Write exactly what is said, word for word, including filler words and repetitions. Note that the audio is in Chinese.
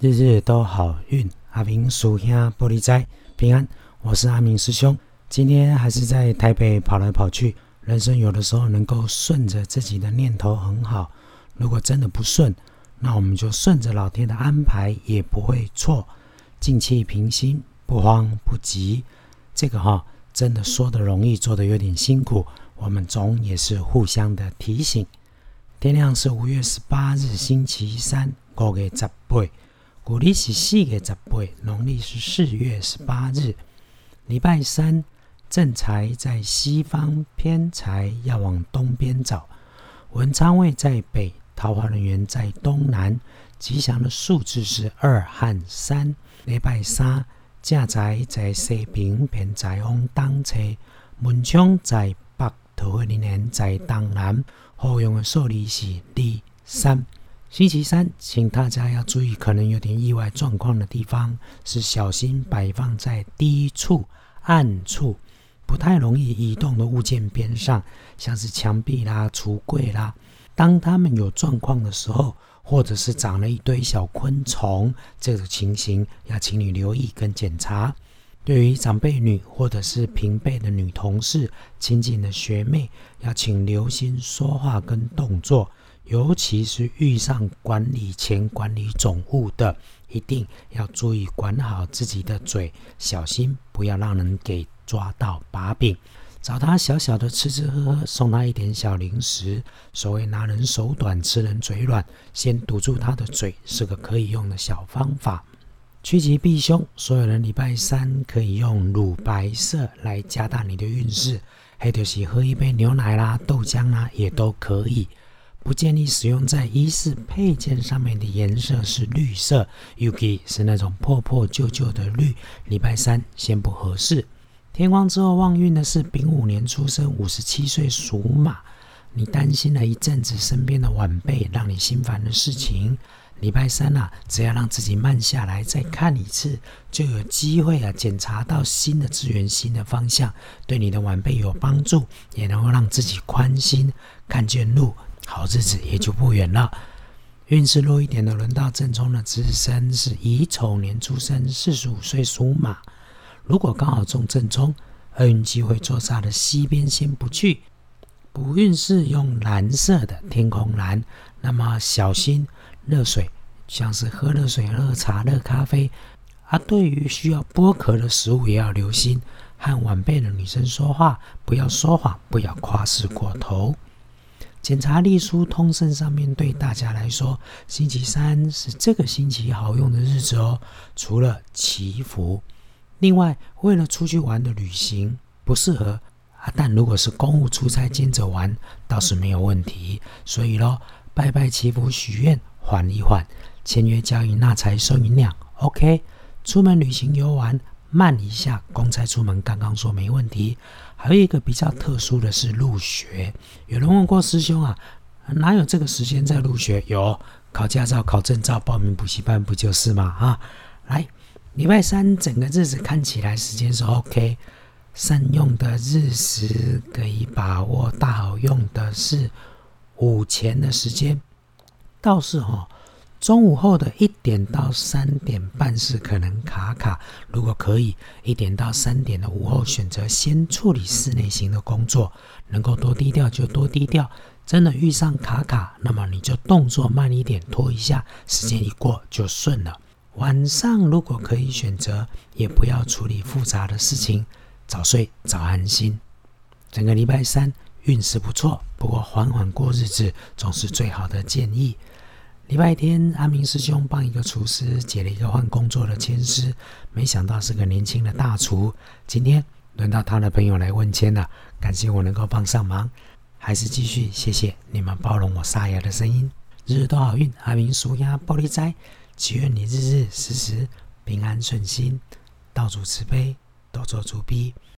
日日都好运，阿明属兄玻璃斋平安，我是阿明师兄。今天还是在台北跑来跑去，人生有的时候能够顺着自己的念头很好，如果真的不顺，那我们就顺着老天的安排也不会错，静气平心，不慌不急。这个哈、哦、真的说的容易，做的有点辛苦，我们总也是互相的提醒。天亮是五月十八日星期三，五月十八，古历是四月十八，农历是四月十八日，礼拜三。正财在西方，偏财要往东边找。文昌位在北，桃花人缘在东南。吉祥的数字是二和三。礼拜三，正财在西边，偏财往东侧。文昌在北，桃花人缘在东南。好用的数字是二、三。星期三，请大家要注意，可能有点意外状况的地方是小心摆放在低处、暗处。不太容易移动的物件边上，像是墙壁啦、橱柜啦，当它们有状况的时候，或者是长了一堆小昆虫，这个情形要请你留意跟检查。对于长辈女或者是平辈的女同事、亲近的学妹，要请留心说话跟动作，尤其是遇上管理钱、管理总务的，一定要注意管好自己的嘴，小心不要让人给抓到把柄。找他小小的吃吃喝喝，送他一点小零食，所谓拿人手短吃人嘴软，先堵住他的嘴是个可以用的小方法。趋吉避凶，所有人礼拜三可以用乳白色来加大你的运势，还就是喝一杯牛奶啦、豆浆啦也都可以。不建议使用在衣饰配件上面的颜色是绿色，尤其是那种破破旧旧的绿，礼拜三先不合适。天光之后旺运的是丙午年出生，五十七岁属马。你担心了一阵子身边的晚辈让你心烦的事情，礼拜三啊，只要让自己慢下来再看一次，就有机会啊检查到新的资源、新的方向，对你的晚辈有帮助，也能够让自己宽心，看见路，好日子也就不远了。运势弱一点的，轮到正冲的子申是乙丑年出生，四十五岁属马。如果刚好中正冲，厄运机会坐煞的西边先不去。补运是用蓝色的天空蓝，那么小心热水，像是喝热水、热茶、热咖啡啊。对于需要剥壳的食物也要留心。和晚辈的女生说话，不要说谎，不要夸饰过头。检查历书通胜上面对大家来说，星期三是这个星期好用的日子哦。除了祈福，另外为了出去玩的旅行不适合啊，但如果是公务出差兼着玩倒是没有问题。所以咯，拜拜祈福许愿缓一缓，签约交易纳财收银两 OK。 出门旅行游玩慢一下，公差出门刚刚说没问题。还有一个比较特殊的是入学，有人问过师兄啊，哪有这个时间在入学？有，考驾照、考证照、报名补习班不就是吗？啊，来，礼拜三整个日子看起来时间是 OK， 善用的日时可以把握，大好用的是午前的时间，倒是哦，中午后的一点到三点半是可能卡卡，如果可以，一点到三点的午后选择先处理室内型的工作，能够多低调就多低调。真的遇上卡卡，那么你就动作慢一点，拖一下，时间一过就顺了。晚上如果可以选择，也不要处理复杂的事情，早睡早安心。整个礼拜三运势不错，不过缓缓过日子总是最好的建议。礼拜天，阿明师兄帮一个厨师解了一个换工作的签诗，没想到是个年轻的大厨。今天轮到他的朋友来问签了，感谢我能够帮上忙，还是继续谢谢你们包容我沙哑的声音。日日都好运，阿明属鸭玻璃斋，祈愿你日日时时平安顺心，道主慈悲，多做主逼。